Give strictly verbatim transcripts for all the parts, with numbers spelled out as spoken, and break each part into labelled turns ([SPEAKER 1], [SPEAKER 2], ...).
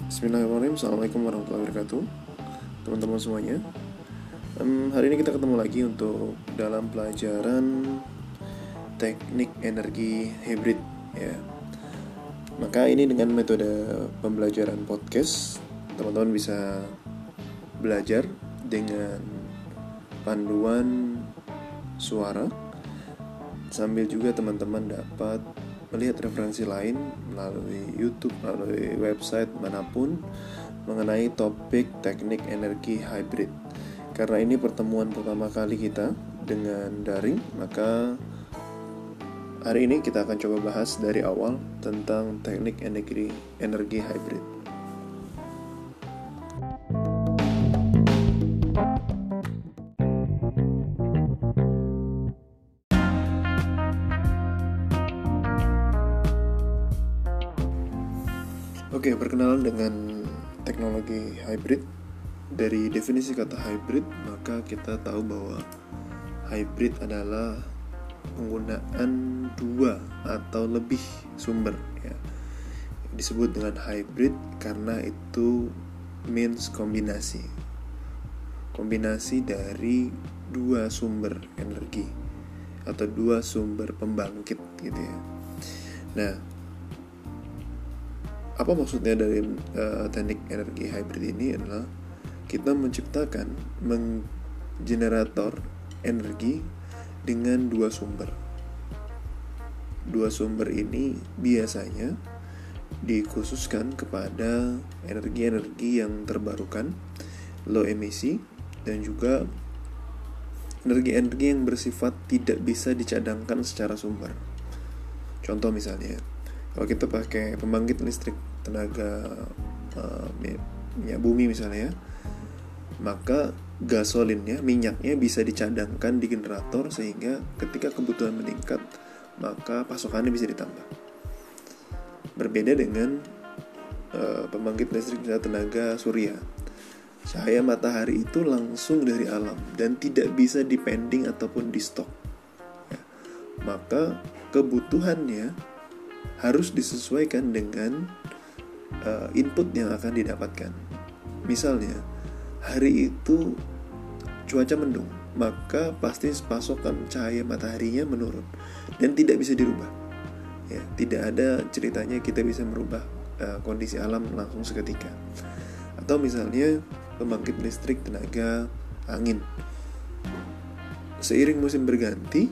[SPEAKER 1] Bismillahirrahmanirrahim. Assalamualaikum warahmatullahi wabarakatuh, teman-teman semuanya. um, Hari ini kita ketemu lagi untuk dalam pelajaran teknik energi hibrid ya. Maka ini dengan metode pembelajaran podcast, teman-teman bisa belajar dengan panduan suara, sambil juga teman-teman dapat melihat referensi lain melalui YouTube, melalui website manapun mengenai topik teknik energi hybrid. Karena ini pertemuan pertama kali kita dengan daring, maka hari ini kita akan coba bahas dari awal tentang teknik energi energi hybrid. Oke, perkenalan dengan teknologi hybrid. Dari definisi kata hybrid, maka kita tahu bahwa hybrid adalah penggunaan dua atau lebih sumber ya. Disebut dengan hybrid karena itu means kombinasi. Kombinasi dari dua sumber energi atau dua sumber pembangkit gitu ya. Nah, apa maksudnya dari uh, teknik energi hybrid ini adalah kita menciptakan menggenerator energi dengan dua sumber. Dua sumber ini biasanya dikhususkan kepada energi-energi yang terbarukan, low emisi, dan juga energi-energi yang bersifat tidak bisa dicadangkan secara sumber. Contoh misalnya, kalau kita pakai pembangkit listrik tenaga uh, minyak bumi misalnya, maka gasolinnya, minyaknya bisa dicadangkan di generator sehingga ketika kebutuhan meningkat, maka pasokannya bisa ditambah. Berbeda dengan uh, pembangkit listrik tenaga surya. Cahaya matahari itu langsung dari alam dan tidak bisa dipending ataupun di stok. Ya. Maka kebutuhannya harus disesuaikan dengan uh, input yang akan didapatkan. Misalnya, hari itu cuaca mendung, maka pasti pasokan cahaya mataharinya menurun dan tidak bisa dirubah. Ya, tidak ada ceritanya kita bisa merubah uh, kondisi alam langsung seketika. Atau misalnya pembangkit listrik tenaga angin. Seiring musim berganti,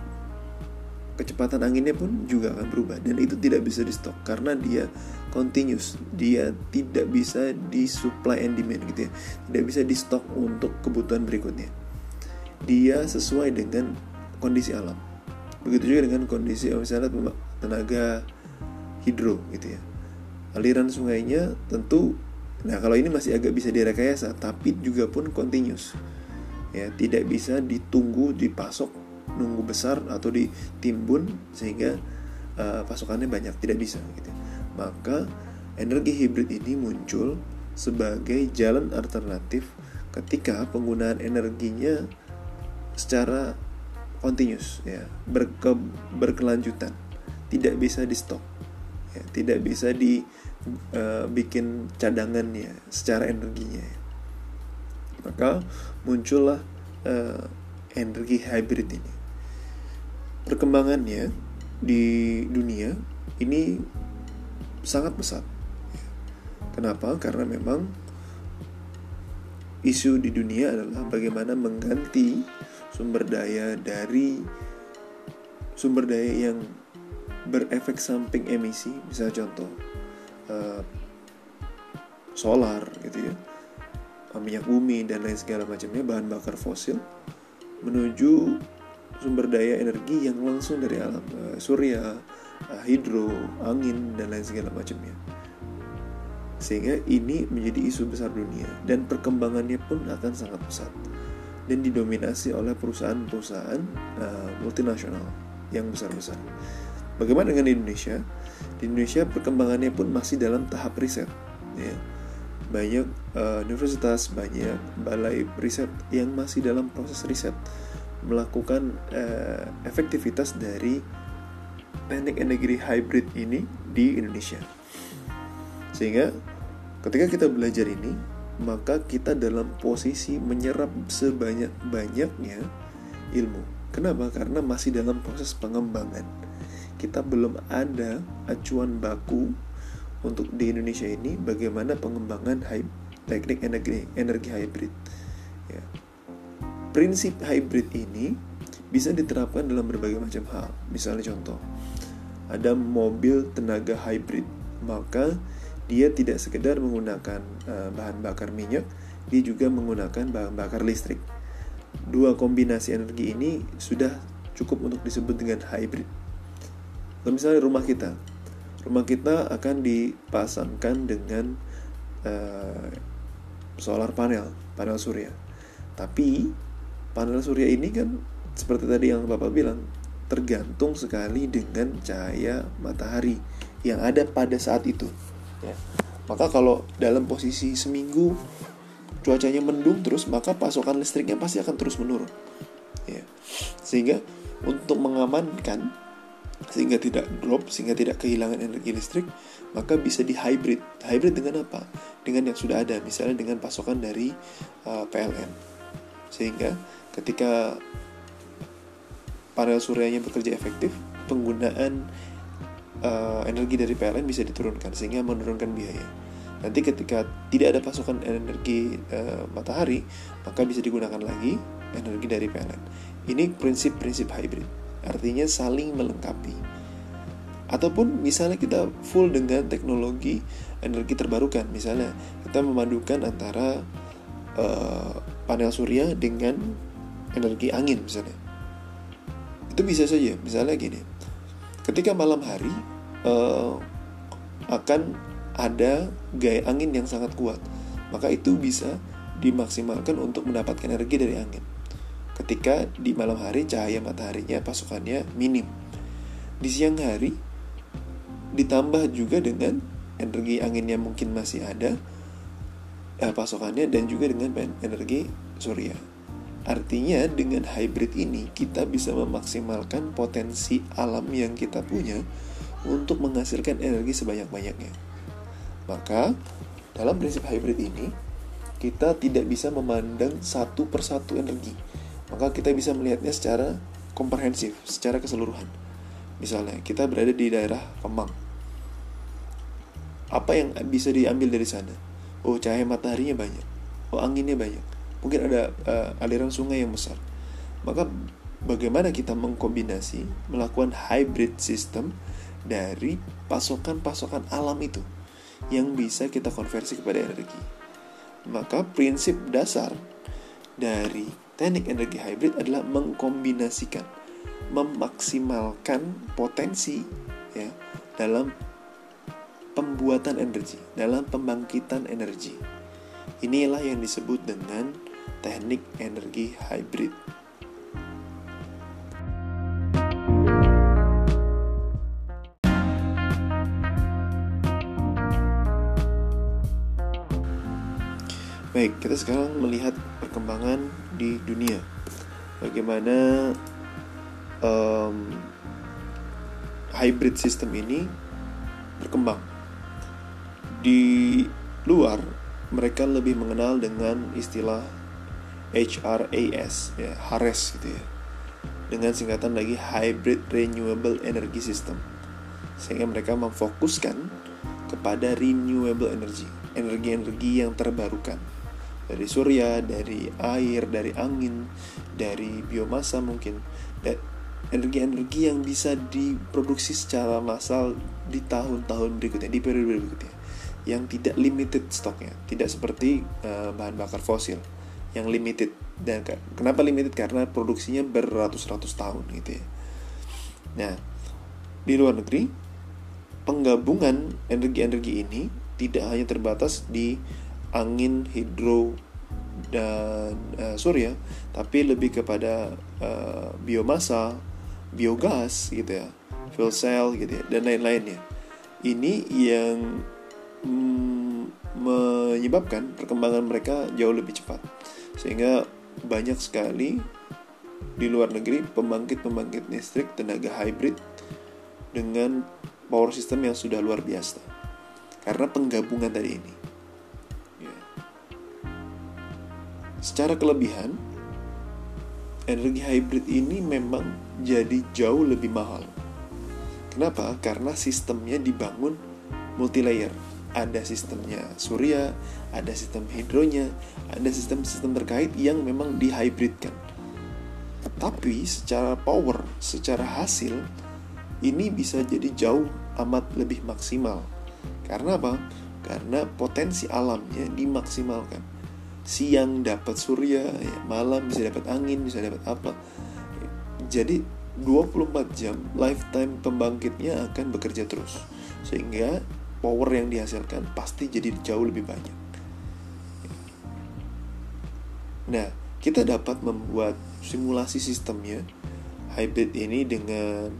[SPEAKER 1] kecepatan anginnya pun juga akan berubah dan itu tidak bisa di stok karena dia continuous, dia tidak bisa di supply and demand gitu ya, tidak bisa di stok untuk kebutuhan berikutnya. Dia sesuai dengan kondisi alam. Begitu juga dengan kondisi misalnya tenaga hidro gitu ya, aliran sungainya tentu, nah kalau ini masih agak bisa direkayasa, tapi juga pun continuous ya, tidak bisa ditunggu dipasok nunggu besar atau ditimbun sehingga uh, pasokannya banyak, tidak bisa gitu. Maka energi hibrid ini muncul sebagai jalan alternatif ketika penggunaan energinya secara continuous ya, berke, berkelanjutan, tidak bisa di stok ya, tidak bisa di uh, bikin cadangannya secara energinya ya. Maka muncullah uh, energi hybrid ini. Perkembangannya di dunia ini sangat pesat. Kenapa? Karena memang isu di dunia adalah bagaimana mengganti sumber daya dari sumber daya yang berefek samping emisi, misalnya contoh uh, solar gitu ya, minyak bumi dan lain segala macamnya, bahan bakar fosil, menuju sumber daya energi yang langsung dari alam, uh, surya, uh, hidro, angin dan lain segala macamnya. Sehingga ini menjadi isu besar dunia dan perkembangannya pun akan sangat pesat dan didominasi oleh perusahaan-perusahaan uh, multinasional yang besar-besar. Bagaimana dengan di Indonesia? Di Indonesia perkembangannya pun masih dalam tahap riset ya. Banyak uh, universitas, banyak balai riset yang masih dalam proses riset melakukan uh, efektivitas dari teknik energi hybrid ini di Indonesia. Sehingga Ketika kita belajar ini, maka kita dalam posisi menyerap sebanyak-banyaknya ilmu. Kenapa? Karena masih dalam proses pengembangan. Kita belum ada acuan baku untuk di Indonesia ini bagaimana pengembangan hy- teknik energi, energi hybrid. Ya. Prinsip hybrid ini bisa diterapkan dalam berbagai macam hal. Misalnya contoh, ada mobil tenaga hybrid, maka dia tidak sekedar menggunakan uh, bahan bakar minyak, dia juga menggunakan bahan bakar listrik. Dua kombinasi energi ini sudah cukup untuk disebut dengan hybrid. Atau misalnya rumah kita, rumah kita akan dipasangkan dengan uh, solar panel, panel surya. Tapi panel surya ini kan seperti tadi yang Bapak bilang, tergantung sekali dengan cahaya matahari yang ada pada saat itu. Ya. Maka kalau dalam posisi seminggu cuacanya mendung terus, maka pasokan listriknya pasti akan terus menurun. Ya. Sehingga untuk mengamankan, sehingga tidak drop, sehingga tidak kehilangan energi listrik, maka bisa di hybrid. Hybrid dengan apa? Dengan yang sudah ada, misalnya dengan pasokan dari uh, P L N. Sehingga ketika panel suryanya bekerja efektif, penggunaan uh, energi dari P L N bisa diturunkan sehingga menurunkan biaya. Nanti ketika tidak ada pasokan energi uh, matahari, maka bisa digunakan lagi energi dari P L N. Ini prinsip-prinsip hybrid, artinya saling melengkapi. Ataupun misalnya kita full dengan teknologi energi terbarukan, misalnya kita memadukan antara uh, panel surya dengan energi angin misalnya. Itu bisa saja, misalnya gini, ketika malam hari uh, akan ada gaya angin yang sangat kuat, maka itu bisa dimaksimalkan untuk mendapatkan energi dari angin. Ketika di malam hari cahaya mataharinya pasokannya minim, di siang hari ditambah juga dengan energi angin yang mungkin masih ada eh, pasokannya, dan juga dengan energi surya. Artinya dengan hybrid ini kita bisa memaksimalkan potensi alam yang kita punya untuk menghasilkan energi sebanyak-banyaknya. Maka dalam prinsip hybrid ini kita tidak bisa memandang satu persatu energi, maka kita bisa melihatnya secara komprehensif, secara keseluruhan. Misalnya kita berada di daerah Kemang, apa yang bisa diambil dari sana? Oh, cahaya mataharinya banyak, oh anginnya banyak, mungkin ada uh, aliran sungai yang besar. Maka bagaimana kita mengkombinasi, melakukan hybrid system dari pasokan-pasokan alam itu yang bisa kita konversi kepada energi. Maka prinsip dasar dari teknik energi hybrid adalah mengkombinasikan, memaksimalkan potensi ya dalam pembuatan energi, dalam pembangkitan energi. Inilah yang disebut dengan teknik energi hybrid. Baik, kita sekarang melihat perkembangan di dunia. Bagaimana um, hybrid system ini berkembang. Di luar, mereka lebih mengenal dengan istilah H R A S, ya, H R A S gitu ya, dengan singkatan lagi Hybrid Renewable Energy System, sehingga mereka memfokuskan kepada renewable energy, energi-energi yang terbarukan, dari surya, dari air, dari angin, dari biomasa mungkin, dan energi-energi yang bisa diproduksi secara massal di tahun-tahun berikutnya, di periode berikutnya, yang tidak limited stoknya, tidak seperti uh, bahan bakar fosil yang limited. Dan ke- kenapa limited? Karena produksinya beratus-ratus tahun gitu ya. Nah, di luar negeri, penggabungan energi-energi ini tidak hanya terbatas di angin, hidro, dan uh, surya, tapi lebih kepada uh, biomasa, biogas gitu ya, fuel cell gitu ya, dan lain-lainnya. Ini yang mm, menyebabkan perkembangan mereka jauh lebih cepat, sehingga banyak sekali di luar negeri pembangkit-pembangkit listrik tenaga hybrid dengan power system yang sudah luar biasa karena penggabungan tadi ini. secara kelebihan, energi hybrid ini memang jadi jauh lebih mahal. Kenapa? Karena sistemnya dibangun multi-layer. Ada sistemnya surya, ada sistem hidronya, ada sistem-sistem terkait yang memang dihybridkan. Tapi secara power, secara hasil, ini bisa jadi jauh amat lebih maksimal. Karena apa? Karena potensi alamnya dimaksimalkan. Siang dapat surya, ya, malam bisa dapat angin, bisa dapat apa. Jadi dua puluh empat jam lifetime pembangkitnya akan bekerja terus, sehingga power yang dihasilkan pasti jadi jauh lebih banyak. Nah, kita dapat membuat simulasi sistemnya hybrid ini dengan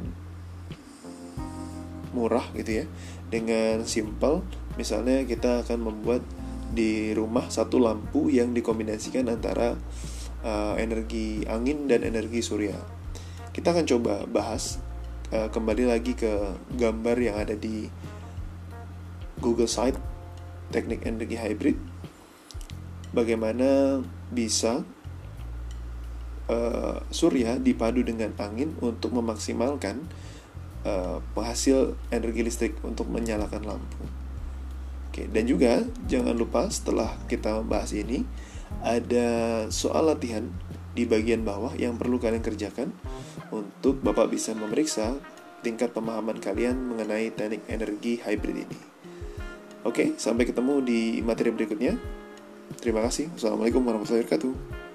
[SPEAKER 1] murah gitu ya, dengan simple. Misalnya kita akan membuat di rumah satu lampu yang dikombinasikan antara uh, energi angin dan energi surya. Kita akan coba bahas uh, kembali lagi ke gambar yang ada di Google Site teknik energi hybrid, bagaimana bisa uh, surya dipadu dengan angin untuk memaksimalkan uh, penghasil energi listrik untuk menyalakan lampu. Oke, dan juga jangan lupa setelah kita membahas ini, ada soal latihan di bagian bawah yang perlu kalian kerjakan untuk Bapak bisa memeriksa tingkat pemahaman kalian mengenai teknik energi hybrid ini. Oke, sampai ketemu di materi berikutnya. Terima kasih. Wassalamualaikum warahmatullahi wabarakatuh.